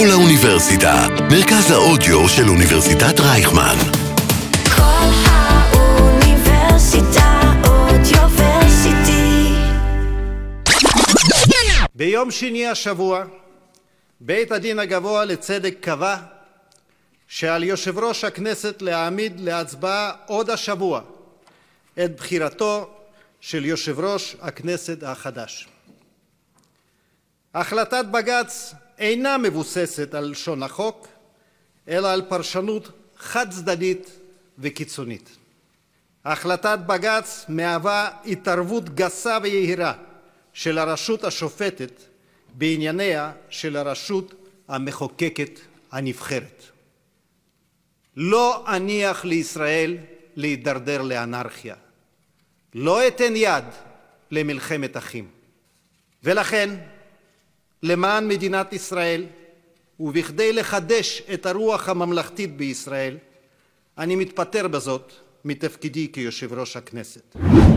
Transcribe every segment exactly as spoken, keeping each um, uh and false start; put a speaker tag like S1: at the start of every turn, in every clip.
S1: כל האוניברסיטה, מרכז האודיו של אוניברסיטת רייכמן.
S2: כל האוניברסיטה אודיוורסיטי.
S3: ביום שני השבוע, בית הדין הגבוה לצדק קבע שעל יושב ראש הכנסת להעמיד להצבעה עוד השבוע את בחירתו של יושב ראש הכנסת החדש. החלטת בג"ץ אינה מבוססת על לשון החוק, אלא על פרשנות חד-צדדית וקיצונית. החלטת בג"ץ מהווה התערבות גסה ויהירה של הרשות השופטת בענייניה של הרשות המחוקקת הנבחרת. לא אניח לישראל להידרדר לאנרכיה. לא אתן יד למלחמת אחים. ולכן, למען מדינת ישראל, ובכדי לחדש את הרוח הממלכתית בישראל, אני מתפטר בזאת מתפקידי כיושב ראש הכנסת.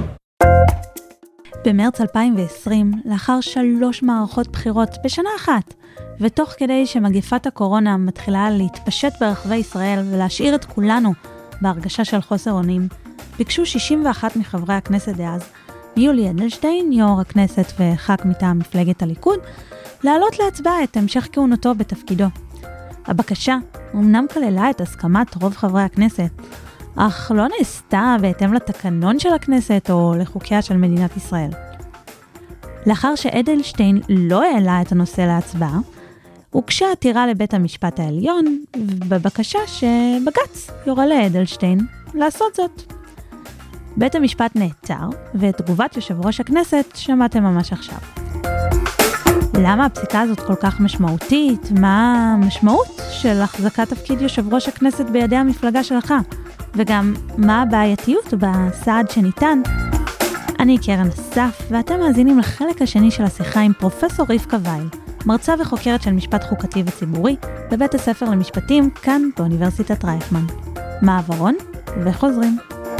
S4: במרץ אלפיים ועשרים, לאחר שלוש מערכות בחירות בשנה אחת, ותוך כדי שמגפת הקורונה מתחילה להתפשט ברחבי ישראל ולהשאיר את כולנו בהרגשה של חוסר אונים, ביקשו שישים ואחת מחברי הכנסת דאז, מיולי אדלשטיין, יו"ר הכנסת וח"כ מטעם מפלגת הליכוד, להעלות להצבעה את המשך כהונתו בתפקידו. הבקשה אמנם כללה את הסכמת רוב חברי הכנסת, אך לא נעשתה בהתאם לתקנון של הכנסת או לחוקיה של מדינת ישראל. לאחר שאדלשטיין לא העלה את הנושא להצבעה, הוגשה עתירה לבית המשפט העליון בבקשה שבג"ץ יורה לאדלשטיין לעשות זאת. בית המשפט נעתר, ואת תגובת יושב ראש הכנסת שמעתם ממש עכשיו. למה הפסיקה הזאת כל כך משמעותית? מה המשמעות של החזקת תפקיד יושב ראש הכנסת בידי המפלגה שלך? וגם מה הבעייתיות בסעד שניתן? אני קרן אסף, ואתם מאזינים לחלק השני של השיחה עם פרופסור רבקה וייל, מרצה וחוקרת של משפט חוקתי וציבורי בבית הספר למשפטים כאן באוניברסיטת רייכמן. מעברון וחוזרים.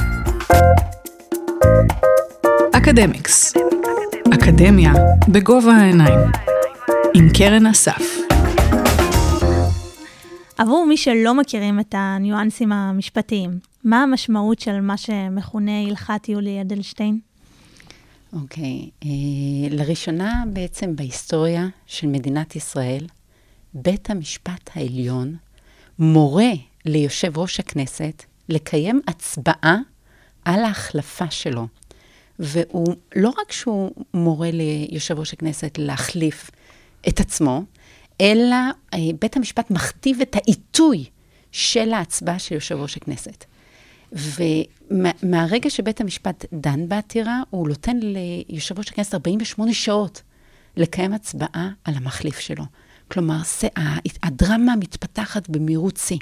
S5: אקדמיקס, אקדמיה בגובה העיניים, עם קרן אסף.
S4: עבור מי שלא מכירים את הניואנסים המשפטיים, מה המשמעות של מה שמכונה הלכת יולי אדלשטיין?
S6: אוקיי, okay. uh, לראשונה בעצם בהיסטוריה של מדינת ישראל, בית המשפט העליון מורה ליושב ראש הכנסת לקיים הצבעה על ההחלפה שלו. והוא לא רק שהוא מורה ליושב ראש הכנסת להחליף את עצמו, אלא uh, בית המשפט מכתיב את העיתוי של ההצבעה של יושב ראש הכנסת. ומהרגע שבית המשפט דן בעתירה, הוא נותן ליושב ראש הכנסת ארבעים ושמונה שעות לקיים הצבעה על המחליף שלו. כלומר, הדרמה מתפתחת במהירות שיא.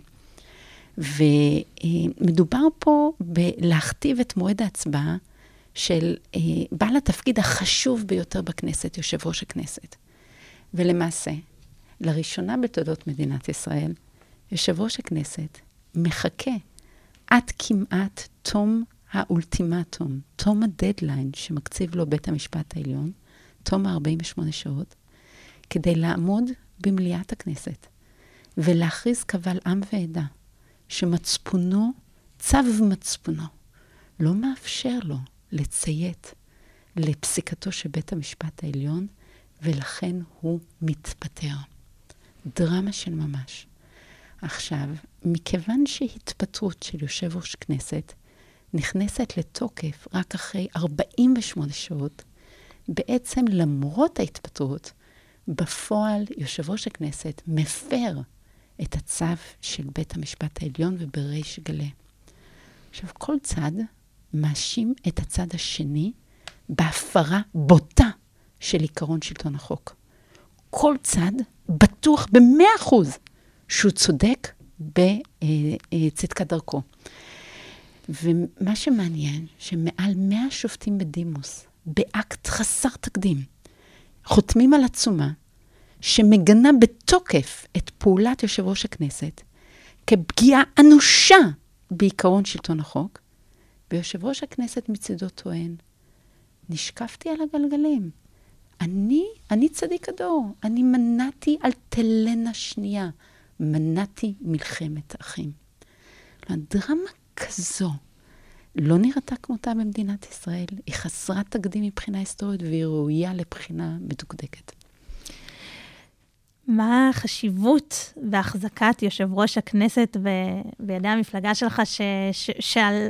S6: ומדובר פה בלהכתיב את מועד ההצבעה של בעל התפקיד החשוב ביותר בכנסת, יושב ראש הכנסת. ולמעשה, לראשונה בתולדות מדינת ישראל, יושב ראש הכנסת מחכה עד כמעט תום האולטימטום, תום הדדליין שמקציב לו בית המשפט העליון, תום ה-ארבעים ושמונה שעות, כדי לעמוד במליאת הכנסת ולהכריז קבל עם ועדה שמצפונו, צו מצפונו, לא מאפשר לו לציית לפסיקתו של בית המשפט העליון, ולכן הוא מתפטר. דרמה של ממש. עכשיו, מכיוון שהתפטרות של יושב ראש כנסת נכנסת לתוקף רק אחרי ארבעים ושמונה שעות, בעצם למרות ההתפטרות, בפועל יושב ראש הכנסת מפר את הצו של בית המשפט העליון ובריש גלי. עכשיו, כל צד מאשים את הצד השני בהפרה בוטה של עיקרון שלטון החוק. כל צד בטוח במאה אחוז שהוא צודק בצדקת דרכו. ומה שמעניין, שמעל מאה שופטים בדימוס, באקט חסר תקדים, חותמים על עצומה, שמגנה בתוקף את פעולת יושב ראש הכנסת, כפגיעה אנושה בעיקרון שלטון החוק, ויושב ראש הכנסת מצדו טוען, נשקפתי על הגלגלים. אני, אני צדיק הדור, אני מנעתי על תלנה שנייה, מנעתי מלחמת אחים. דרמה כזו לא נראתה כמותה במדינת ישראל, היא חסרת תקדים מבחינה היסטורית, והיא ראויה לבחינה מדוקדקת.
S4: מה החשיבות בהחזקת יושב ראש הכנסת ב- בידי המפלגה שלך, ש- ש- שעל...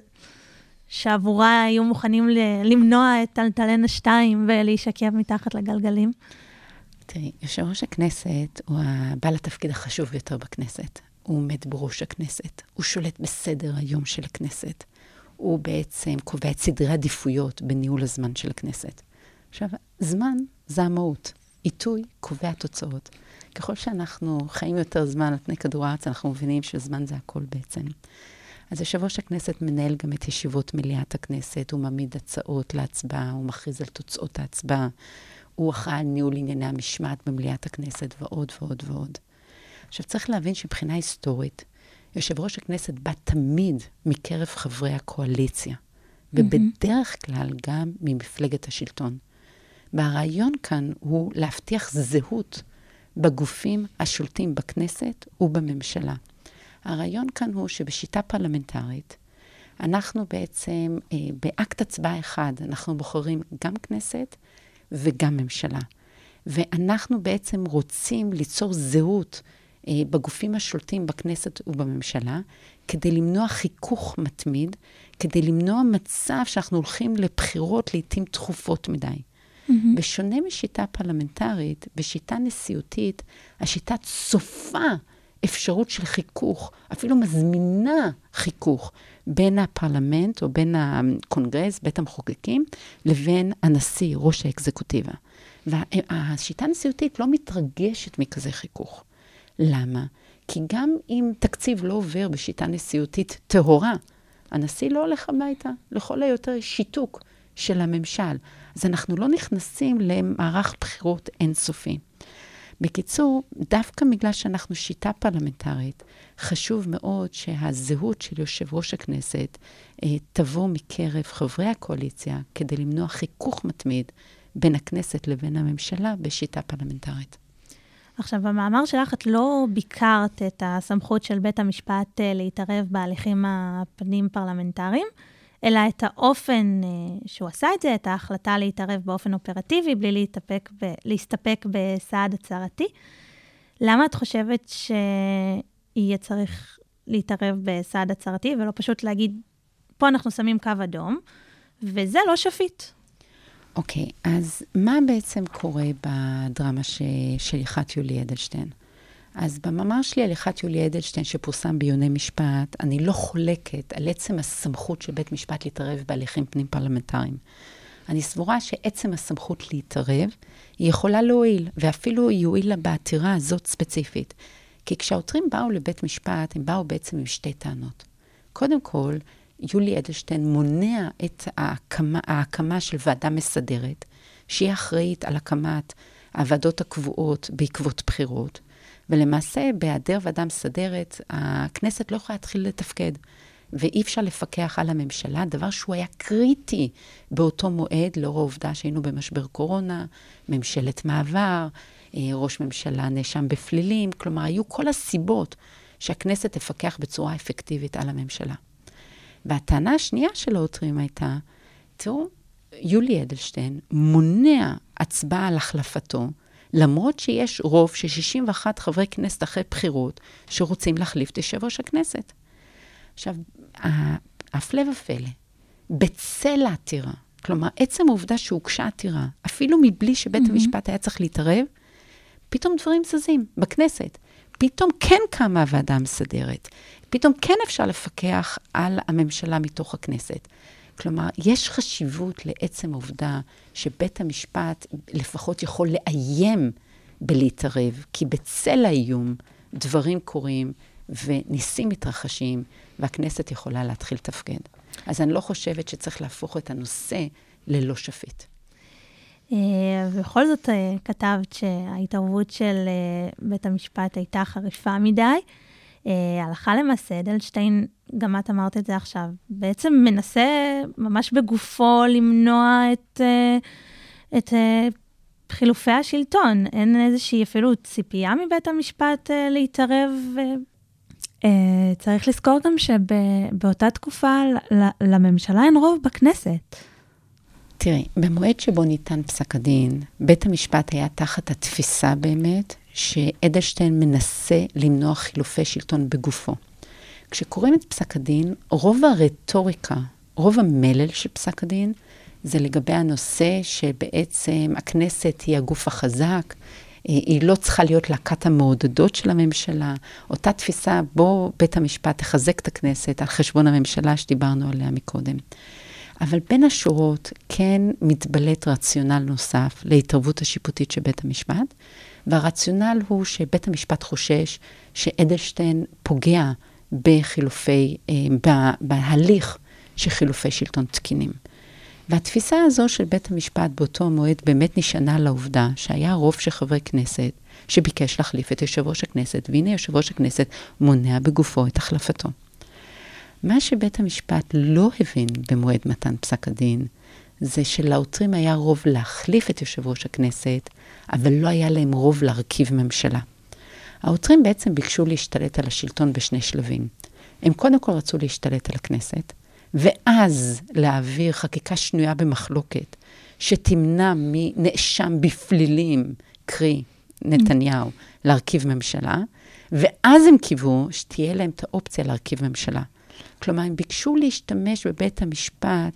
S4: שעבורה היו מוכנים למנוע את טלטלנה שתיים ולהישכב מתחת לגלגלים?
S6: תראי, יושב ראש הכנסת הוא הבעל התפקיד החשוב ביותר בכנסת. הוא עומד בראש הכנסת, הוא שולט בסדר היום של הכנסת. הוא בעצם קובע את סדרי עדיפויות בניהול הזמן של הכנסת. עכשיו, זמן זה המהות. עיתוי קובע תוצאות. ככל שאנחנו חיים יותר זמן על פני כדור הארץ, אנחנו מבינים שזמן זה הכל בעצם. אז יושב ראש הכנסת מנהל גם את ישיבות מליאת הכנסת, הוא מעמיד הצעות להצבעה, הוא מכריז על תוצאות ההצבעה, הוא אחראי על ניהול ענייני המשמעת במליאת הכנסת ועוד ועוד ועוד. עכשיו צריך להבין שבחינה היסטורית, יושב ראש הכנסת בא תמיד מקרב חברי הקואליציה, ובדרך כלל גם ממפלגת השלטון. והרעיון כאן הוא להבטיח זהות בגופים השולטים בכנסת ובממשלה. הרעיון כאן הוא שבשיטה פרלמנטרית, אנחנו בעצם, אה, באקט הצבעה אחד, אנחנו בוחרים גם כנסת וגם ממשלה. ואנחנו בעצם רוצים ליצור זהות אה, בגופים השולטים בכנסת ובממשלה, כדי למנוע חיכוך מתמיד, כדי למנוע מצב שאנחנו הולכים לבחירות לעתים תכופות מדי. Mm-hmm. בשונה משיטה פרלמנטרית, בשיטה נשיאותית, השיטה צופה אפשרות של חיכוך, אפילו מזמינה חיכוך, בין הפרלמנט או בין הקונגרס, בית המחוקקים, לבין הנשיא, ראש האקזקוטיבה. והשיטה הנשיאותית לא מתרגשת מכזה חיכוך. למה? כי גם אם תקציב לא עובר בשיטה נשיאותית טהורה, הנשיא לא הולך הביתה, לכל היותר שיתוק של הממשל. אז אנחנו לא נכנסים למערך בחירות אינסופי. בקיצור, דווקא בגלל שאנחנו שיטה פרלמנטרית, חשוב מאוד שהזהות של יושב ראש הכנסת אה, תבוא מקרב חברי הקואליציה, כדי למנוע חיכוך מתמיד בין הכנסת לבין הממשלה בשיטה פרלמנטרית.
S4: עכשיו, במאמר שלך את לא ביקרת את הסמכות של בית המשפט אה, להתערב בהליכים הפנים פרלמנטריים, אלא את האופן אה, שהוא עשה את זה, את ההחלטה להתערב באופן אופרטיבי, בלי להסתפק, ב, להסתפק בסעד הצהרתי. למה את חושבת שיהיה צריך להתערב בסעד הצהרתי, ולא פשוט להגיד, פה אנחנו שמים קו אדום, וזה לא שפיט?
S6: אוקיי, okay, אז מה בעצם קורה בדרמה ש... של הלכת יולי אדלשטיין? אז במאמר שלי על הלכת יולי אדלשטיין שפורסם בעיוני משפט, אני לא חולקת על עצם הסמכות של בית משפט להתערב בהליכים פנים פרלמנטריים. אני סבורה שעצם הסמכות להתערב היא יכולה להועיל, ואפילו היא הועילה בעתירה הזאת ספציפית. כי כשהעותרים באו לבית משפט, הם באו בעצם עם שתי טענות. קודם כל, יולי אדלשטיין מונע את ההקמה, ההקמה של ועדה מסדרת, שהיא אחראית על הקמת הוועדות הקבועות בעקבות בחירות, ולמעשה, בהיעדר ועדה מסדרת, הכנסת לא יכולה להתחיל לתפקד, ואי אפשר לפקח על הממשלה, דבר שהוא היה קריטי באותו מועד, לאור העובדה שהיינו במשבר קורונה, ממשלת מעבר, ראש ממשלה נאשם בפלילים, כלומר, היו כל הסיבות שהכנסת תפקח בצורה אפקטיבית על הממשלה. והטענה השנייה של העותרים הייתה, תראו, יולי אדלשטיין מונע הצבעה על החלפתו, למרות שיש רוב של שישים ואחד חברי כנסת אחרי בחירות, שרוצים להחליף את יושב ראש הכנסת. עכשיו, הפלא ופלא, בצל העתירה, כלומר, עצם העובדה שהוגשה עתירה, אפילו מבלי שבית mm-hmm. המשפט היה צריך להתערב, פתאום דברים זזים בכנסת. פתאום כן קמה הוועדה המסדרת. פתאום כן אפשר לפקח על הממשלה מתוך הכנסת. כלומר, יש חשיבות לעצם העובדה שבית המשפט לפחות יכול לאיים בלהתערב, כי בצל האיום דברים קורים וניסים מתרחשים, והכנסת יכולה להתחיל תפקד. אז אני לא חושבת שצריך להפוך את הנושא ללא שפיט.
S4: ובכל זאת כתבת שההתערבות של בית המשפט הייתה חריפה מדי. הלכה למעשה, אדלשטיין, גם את אמרת את זה עכשיו, בעצם מנסה ממש בגופו למנוע את, את חילופי השלטון, אין איזושהי אפילו ציפייה מבית המשפט אה, להתערב. אה, צריך לזכור גם שבאותה תקופה ל- לממשלה אין רוב בכנסת.
S6: תראי, במועד שבו ניתן פסק הדין, בית המשפט היה תחת התפיסה באמת, שאדלשטיין מנסה למנוע חילופי שלטון בגופו. כשקוראים את פסק הדין, רוב הרטוריקה, רוב המלל של פסק הדין, זה לגבי הנושא שבעצם הכנסת היא הגוף החזק, היא לא צריכה להיות להקת המעודדות של הממשלה, אותה תפיסה בו בית המשפט תחזק את הכנסת על חשבון הממשלה שדיברנו עליה מקודם. אבל בין השורות כן מתבלט רציונל נוסף להתערבות השיפוטית של בית המשפט, והרציונל הוא שבית המשפט חושש שאדלשטיין פוגע בחילופי, בהליך של חילופי שלטון תקינים. והתפיסה הזו של בית המשפט באותו המועד באמת נשענה לעובדה שהיה רוב של חברי כנסת שביקש להחליף את יושב ראש הכנסת, והנה יושב ראש הכנסת מונע בגופו את החלפתו. מה שבית המשפט לא הבין במועד מתן פסק הדין, זה שלעותרים היה רוב להחליף את יושב ראש הכנסת, אבל לא היה להם רוב להרכיב ממשלה. העותרים בעצם ביקשו להשתלט על השלטון בשני שלבים. הם קודם כל רצו להשתלט על הכנסת, ואז להעביר חקיקה שנויה במחלוקת, שתמנע מנאשם בפלילים, קרי נתניהו, להרכיב ממשלה, ואז הם קיוו שתהיה להם את האופציה להרכיב ממשלה. כלומר, הם ביקשו להשתמש בבית המשפט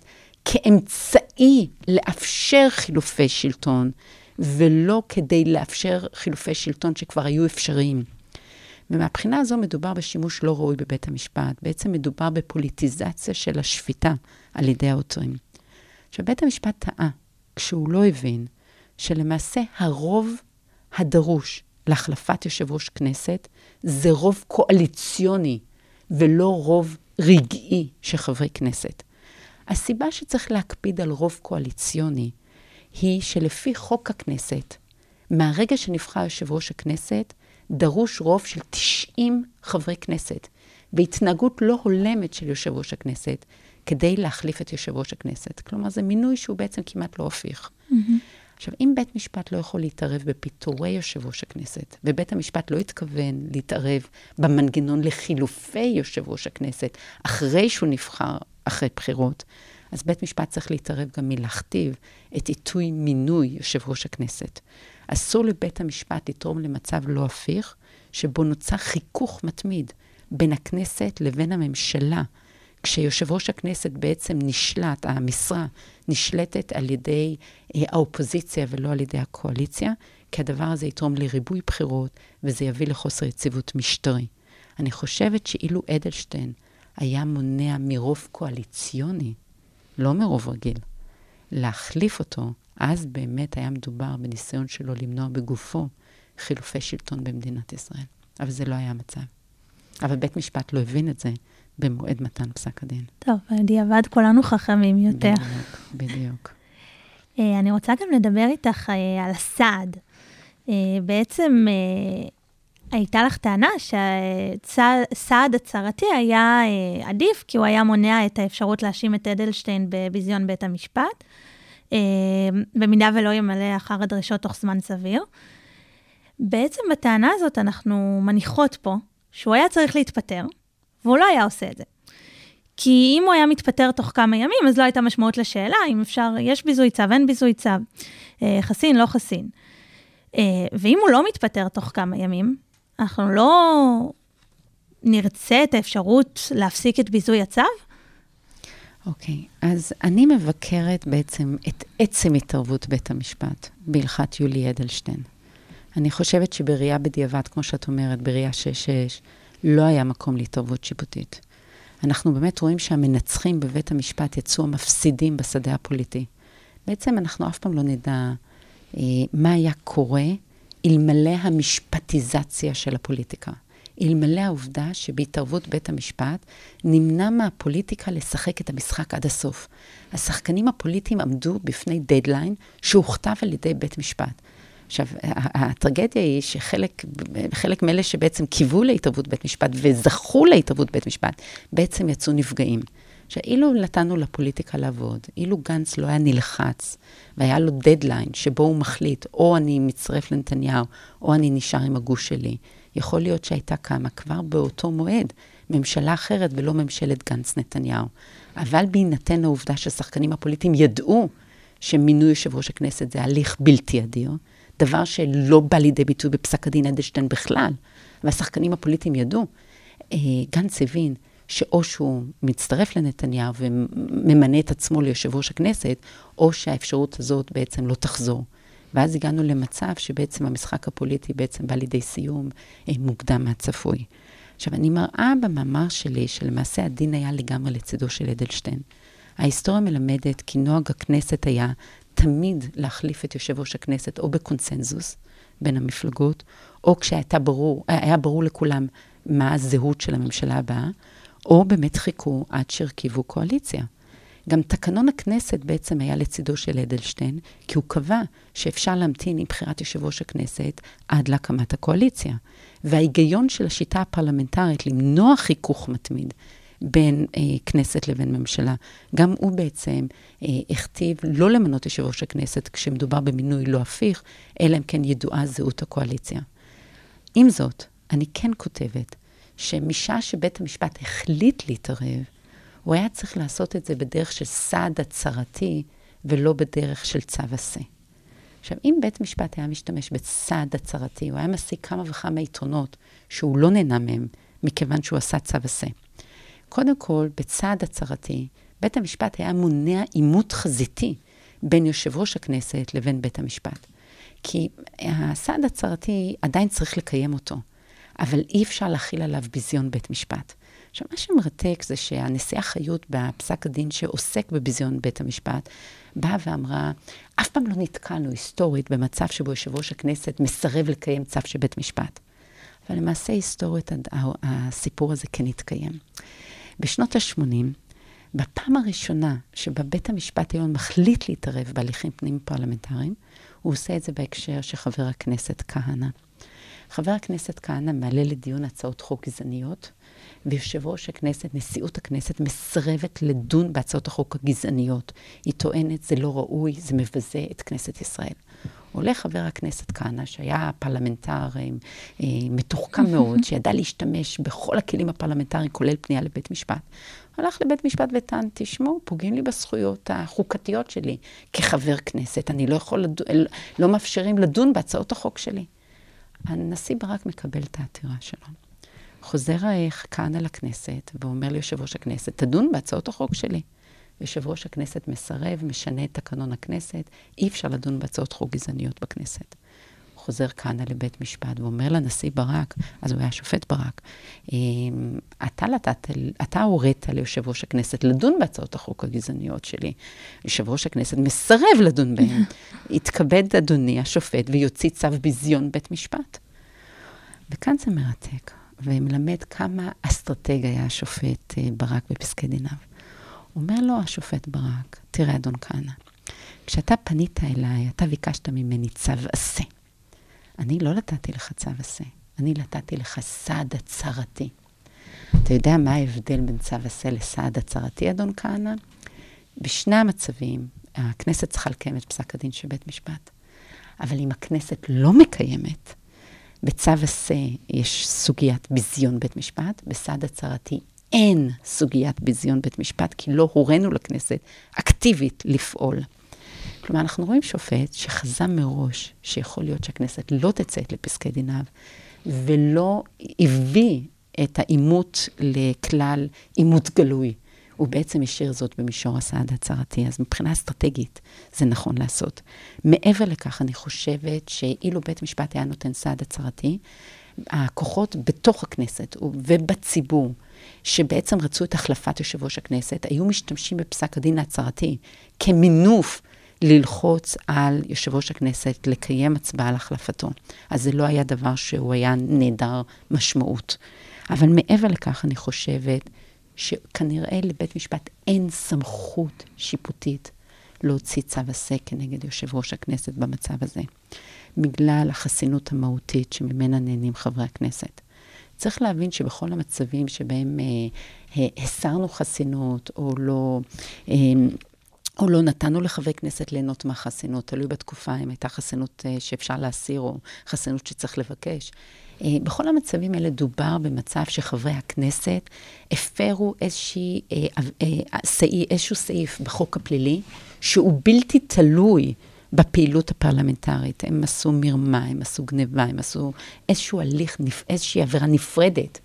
S6: כאמצעי לאפשר חילופי שלטון, ולא כדי לאפשר חילופי שלטון שכבר היו אפשריים. ומהבחינה הזו מדובר בשימוש לא ראוי בבית המשפט. בעצם מדובר בפוליטיזציה של השפיטה על ידי העותרים. עכשיו, בית המשפט טעה כשהוא לא הבין שלמעשה הרוב הדרוש להחלפת יושב ראש כנסת זה רוב קואליציוני ולא רוב רגעי של חברי כנסת. הסיבה שצריך להקפיד על רוב קואליציוני היא שלפי חוק הכנסת, מהרגע שנבחר יושב ראש הכנסת, דרוש רוב של תשעים חברי כנסת, בהתנהגות לא הולמת של יושב ראש הכנסת, כדי להחליף את יושב ראש הכנסת. כלומר, זה מינוי שהוא בעצם כמעט לא הפיך. Mm-hmm. עכשיו, אם בית משפט לא יכול להתערב בפיטורי יושב ראש הכנסת, ובית המשפט לא התכוון להתערב במנגנון לחילופי יושב ראש הכנסת, אחרי שהוא נבחר אחרי בחירות, אז בית משפט צריך להתערב גם מלהכתיב את עיתוי מינוי יושב ראש הכנסת. אסור לבית המשפט לתרום למצב לא הפיך, שבו נוצר חיכוך מתמיד בין הכנסת לבין הממשלה, כשיושב ראש הכנסת בעצם נשלט, המשרה נשלטת על ידי האופוזיציה ולא על ידי הקואליציה, כי הדבר הזה יתרום לריבוי בחירות, וזה יביא לחוסר יציבות משטרי. אני חושבת שאילו אדלשטיין היה מונע מרוב קואליציוני, לא מרוב רגיל, להחליף אותו, אז באמת היה מדובר בניסיון שלו למנוע בגופו חילופי שלטון במדינת ישראל. אבל זה לא היה המצב. אבל בית משפט לא הבין את זה במועד מתן פסק הדין.
S4: טוב, בדיעבד כולנו חכמים יותר.
S6: בדיוק, בדיוק.
S4: אני רוצה גם לדבר איתך על הסעד. בעצם הייתה לך טענה שהסעד הצהרתי היה עדיף, כי הוא היה מונע את האפשרות להאשים את אדלשטיין בביזיון בית המשפט, במידה ולא ימלא אחר הדרישות תוך זמן סביר. בעצם בטענה הזאת אנחנו מניחות פה שהוא היה צריך להתפטר, והוא לא היה עושה את זה. כי אם הוא היה מתפטר תוך כמה ימים, אז לא הייתה משמעות לשאלה, אם אפשר, יש ביזוי צו, אין ביזוי צו, חסין, לא חסין. ואם הוא לא מתפטר תוך כמה ימים, אנחנו לא נרצה את האפשרות להפסיק את ביזוי הצו?
S6: אוקיי, okay, אז אני מבקרת בעצם את עצם התערבות בית המשפט, בהלכת יולי אדלשטיין. אני חושבת שבראייה בדיעבד, כמו שאת אומרת, בראייה שש שש, לא היה מקום להתערבות שיפוטית. אנחנו באמת רואים שהמנצחים בבית המשפט יצאו המפסידים בשדה הפוליטי. בעצם אנחנו אף פעם לא נדע אה, מה היה קורה אלמלא המשפטיזציה של הפוליטיקה. אלמלא העובדה שבהתערבות בית המשפט נמנע מהפוליטיקה לשחק את המשחק עד הסוף. השחקנים הפוליטיים עמדו בפני דדליין שהוכתב על ידי בית משפט. עכשיו, הטרגדיה היא שחלק חלק מאלה שבעצם קיוו להתערבות בית משפט וזכו להתערבות בית משפט, בעצם יצאו נפגעים. עכשיו, אילו נתנו לפוליטיקה לעבוד, אילו גנץ לא היה נלחץ, והיה לו דדליין שבו הוא מחליט, או אני מצטרף לנתניהו, או אני נשאר עם הגוש שלי, יכול להיות שהייתה קמה כבר באותו מועד, ממשלה אחרת ולא ממשלת גנץ נתניהו. אבל בהינתן העובדה שהשחקנים הפוליטיים ידעו שמינוי יושב ראש הכנסת זה הליך בלתי אדיר, דבר שלא בא לידי ביטוי בפסק הדין אדלשטיין בכלל, והשחקנים הפוליטיים ידעו, גנץ הבין שאו שהוא מצטרף לנתניהו וממנה את עצמו ליושב ראש הכנסת, או שהאפשרות הזאת בעצם לא תחזור. ואז הגענו למצב שבעצם המשחק הפוליטי בעצם בא לידי סיום מוקדם מהצפוי. עכשיו, אני מראה במאמר שלי שלמעשה הדין היה לגמרי לצידו של אדלשטיין. ההיסטוריה מלמדת כי נוהג הכנסת היה תמיד להחליף את יושב ראש הכנסת או בקונסנזוס בין המפלגות, או כשהיה ברור, היה ברור לכולם מה הזהות של הממשלה הבאה, או באמת חיכו עד שהרכיבו קואליציה. גם תקנון הכנסת בעצם היה לצידו של אדלשטיין, כי הוא קבע שאפשר להמתין עם בחירת יושב ראש הכנסת עד להקמת הקואליציה. וההיגיון של השיטה הפרלמנטרית למנוע חיכוך מתמיד בין אה, כנסת לבין ממשלה, גם הוא בעצם אה, הכתיב לא למנות יושב ראש הכנסת כשמדובר במינוי לא הפיך, אלא אם כן ידועה זהות הקואליציה. עם זאת, אני כן כותבת שמשעה שבית המשפט החליט להתערב, הוא היה צריך לעשות את זה בדרך של סעד הצהרתי, ולא בדרך של צו עשה. עכשיו, אם בית משפט היה משתמש בסעד הצהרתי, הוא היה משיג כמה וכמה יתרונות שהוא לא נהנה מהם, מכיוון שהוא עשה צו עשה. קודם כל, בצעד הצהרתי, בית המשפט היה מונע עימות חזיתי בין יושב ראש הכנסת לבין בית המשפט. כי הסעד הצהרתי עדיין צריך לקיים אותו, אבל אי אפשר להכיל עליו ביזיון בית משפט. עכשיו, מה שמרתק זה שהנשיאה חיות בפסק הדין שעוסק בביזיון בית המשפט, באה ואמרה, אף פעם לא נתקענו היסטורית במצב שבו יושב ראש הכנסת מסרב לקיים צו של בית משפט. אבל למעשה היסטורית הסיפור הזה כן התקיים. בשנות ה-שמונים, בפעם הראשונה שבה בית המשפט העליון מחליט להתערב בהליכים פנים פרלמנטריים, הוא עושה את זה בהקשר של חבר הכנסת כהנא. חבר הכנסת כהנא מעלה לדיון הצעות חוק גזעניות, ויושב ראש הכנסת, נשיאות הכנסת, מסרבת לדון בהצעות החוק הגזעניות. היא טוענת, זה לא ראוי, זה מבזה את כנסת ישראל. עולה חבר הכנסת כהנא, שהיה פרלמנטר אה, מתוחכם מאוד, שידע להשתמש בכל הכלים הפרלמנטריים, כולל פנייה לבית משפט. הלך לבית משפט וטען, תשמעו, פוגעים לי בזכויות החוקתיות שלי כחבר כנסת. אני לא יכול, לדו, לא מאפשרים לדון בהצעות החוק שלי. הנשיא ברק מקבל את העתירה שלו. חוזר כהנא לכנסת, ואומר ליושב ראש הכנסת, תדון בהצעות החוק שלי. יושב ראש הכנסת מסרב, משנה את תקנון הכנסת, אי אפשר לדון בהצעות חוק גזעניות בכנסת. חוזר כהנא לבית משפט, ואומר לנשיא ברק, אז הוא היה שופט ברק, אתה, לתת, אתה הורית ליושב ראש הכנסת לדון בהצעות החוק הגזעניות שלי. יושב ראש הכנסת מסרב לדון בהן. יתכבד אדוני השופט ויוציא צו ביזיון בית משפט. וכאן זה מרתק. ומלמד כמה אסטרטג היה השופט ברק בפסקי דיניו. אומר לו השופט ברק, תראה אדון כהנא, כשאתה פנית אליי, אתה ביקשת ממני צו עשה. אני לא נתתי לך צו עשה, אני נתתי לך סעד הצהרתי. אתה יודע מה ההבדל בין צו עשה לסעד הצהרתי, אדון כהנא? בשני המצבים, הכנסת צריכה לקיים את פסק הדין של בית משפט. אבל אם הכנסת לא מקיימת, בצו עשה יש סוגיית ביזיון בית משפט, בסעד הצהרתי אין סוגיית ביזיון בית משפט, כי לא הורנו לכנסת אקטיבית לפעול. כלומר, אנחנו רואים שופט שחזה מראש שיכול להיות שהכנסת לא תצאת לפסקי דיניו, ולא הביא את האימות לכלל אימות גלוי. הוא בעצם השאיר זאת במישור הסעד הצהרתי, אז מבחינה אסטרטגית זה נכון לעשות. מעבר לכך, אני חושבת שאילו בית משפט היה נותן סעד הצהרתי, הכוחות בתוך הכנסת ובציבור, שבעצם רצו את החלפת יושב ראש הכנסת, היו משתמשים בפסק הדין ההצהרתי כמינוף ללחוץ על יושב ראש הכנסת לקיים הצבעה על החלפתו. אז זה לא היה דבר שהוא היה נהדר משמעות. אבל מעבר לכך אני חושבת שכנראה לבית משפט אין סמכות שיפוטית להוציא צו עשה כנגד יושב ראש הכנסת במצב הזה, בגלל החסינות המהותית שממנה נהנים חברי הכנסת. צריך להבין שבכל המצבים שבהם אה, הסרנו חסינות, או לא... אה, או לא נתנו לחברי כנסת ליהנות מהחסינות, תלוי בתקופה, אם הייתה חסינות שאפשר להסיר, או חסינות שצריך לבקש. בכל המצבים האלה דובר במצב שחברי הכנסת הפרו איזושהי, איזשהו סעיף בחוק הפלילי, שהוא בלתי תלוי בפעילות הפרלמנטרית. הם עשו מרמה, הם עשו גניבה, הם עשו איזשהו הליך, איזושהי עבירה נפרדת,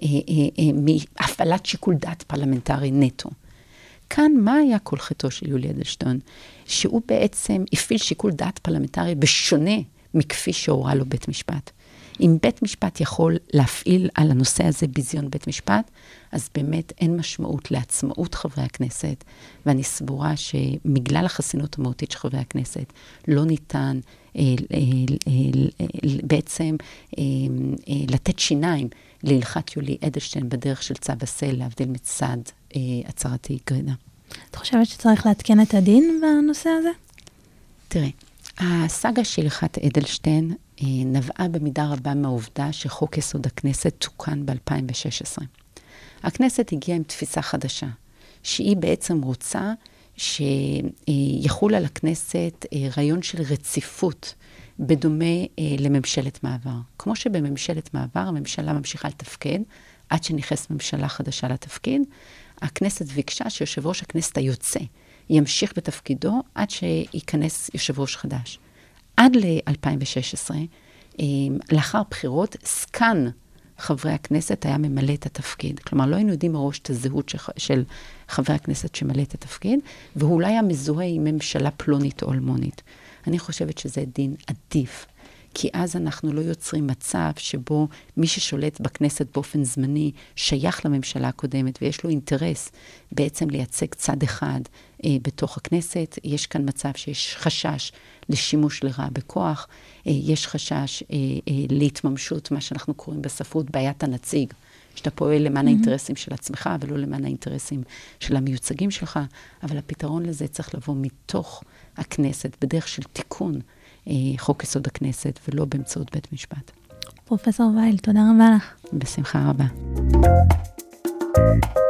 S6: מהפעלת שיקול דעת פרלמנטרי נטו. כאן, מה היה כל חטאו של יולי אדלשטיין? שהוא בעצם הפעיל שיקול דעת פרלמנטרי בשונה מכפי שהורה לו בית משפט. אם בית משפט יכול להפעיל על הנושא הזה ביזיון בית משפט, אז באמת אין משמעות לעצמאות חברי הכנסת, ואני סבורה שמגלל החסינות המהותית של חברי הכנסת, לא ניתן אה, אה, אה, בעצם אה, אה, לתת שיניים להלכת יולי אדלשטיין בדרך של צו עשה, להבדיל מצד אה, הצהרתי גרידא.
S4: את חושבת שצריך להתקן את הדין בנושא הזה?
S6: תראה, הסאגה של הלכת אדלשטיין אה, נבעה במידה רבה מהעובדה שחוק יסוד הכנסת תוקן ב-אלפיים ושש עשרה. הכנסת הגיעה עם תפיסה חדשה, שהיא בעצם רוצה שיחול על הכנסת רעיון של רציפות, בדומה לממשלת מעבר. כמו שבממשלת מעבר הממשלה ממשיכה לתפקד, עד שנכנס ממשלה חדשה לתפקיד, הכנסת ביקשה שיושב ראש הכנסת היוצא ימשיך בתפקידו עד שייכנס יושב ראש חדש. עד ל-אלפיים ושש עשרה, לאחר בחירות, סקן חברי הכנסת היה ממלא את התפקיד. כלומר, לא היינו יודעים מראש את הזהות של חברי הכנסת שמלא את התפקיד, והוא אולי היה מזוהה עם ממשלה פלונית או אלמונית. אני חושבת שזה דין עדיף, כי אז אנחנו לא יוצרים מצב שבו מי ששולט בכנסת באופן זמני שייך לממשלה הקודמת, ויש לו אינטרס בעצם לייצג צד אחד אה, בתוך הכנסת. יש כאן מצב שיש חשש לשימוש לרעה בכוח, אה, יש חשש אה, אה, להתממשות, מה שאנחנו קוראים בספרות בעיית הנציג, שאתה פועל למען mm-hmm. האינטרסים של עצמך, ולא למען האינטרסים של המיוצגים שלך, אבל הפתרון לזה צריך לבוא מתוך הכנסת, בדרך של תיקון אה, חוק יסוד הכנסת, ולא באמצעות בית משפט.
S4: פרופסור וייל, תודה רבה לך.
S6: בשמחה רבה.